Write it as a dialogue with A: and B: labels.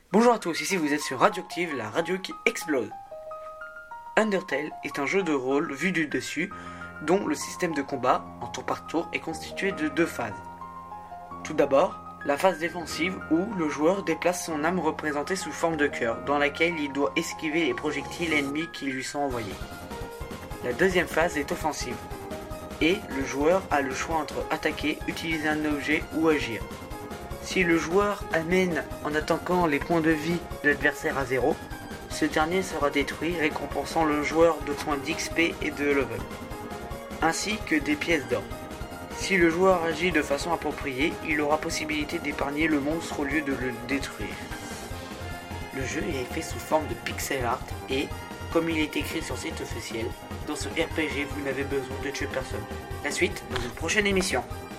A: Bonjour à tous, ici vous êtes sur Radioactive, la radio qui explose. Undertale est un jeu de rôle vu du dessus, dont le système de combat, en tour par tour, est constitué de deux phases. Tout d'abord, la phase défensive où le joueur déplace son âme représentée sous forme de cœur, dans laquelle il doit esquiver les projectiles ennemis qui lui sont envoyés. La deuxième phase est offensive, et le joueur a le choix entre attaquer, utiliser un objet ou agir. Si le joueur amène en attaquant les points de vie de l'adversaire à 0, ce dernier sera détruit, récompensant le joueur de points d'XP et de level, ainsi que des pièces d'or. Si le joueur agit de façon appropriée, il aura possibilité d'épargner le monstre au lieu de le détruire. Le jeu est fait sous forme de pixel art et, comme il est écrit sur site officiel, dans ce RPG vous n'avez besoin de tuer personne. La suite dans une prochaine émission.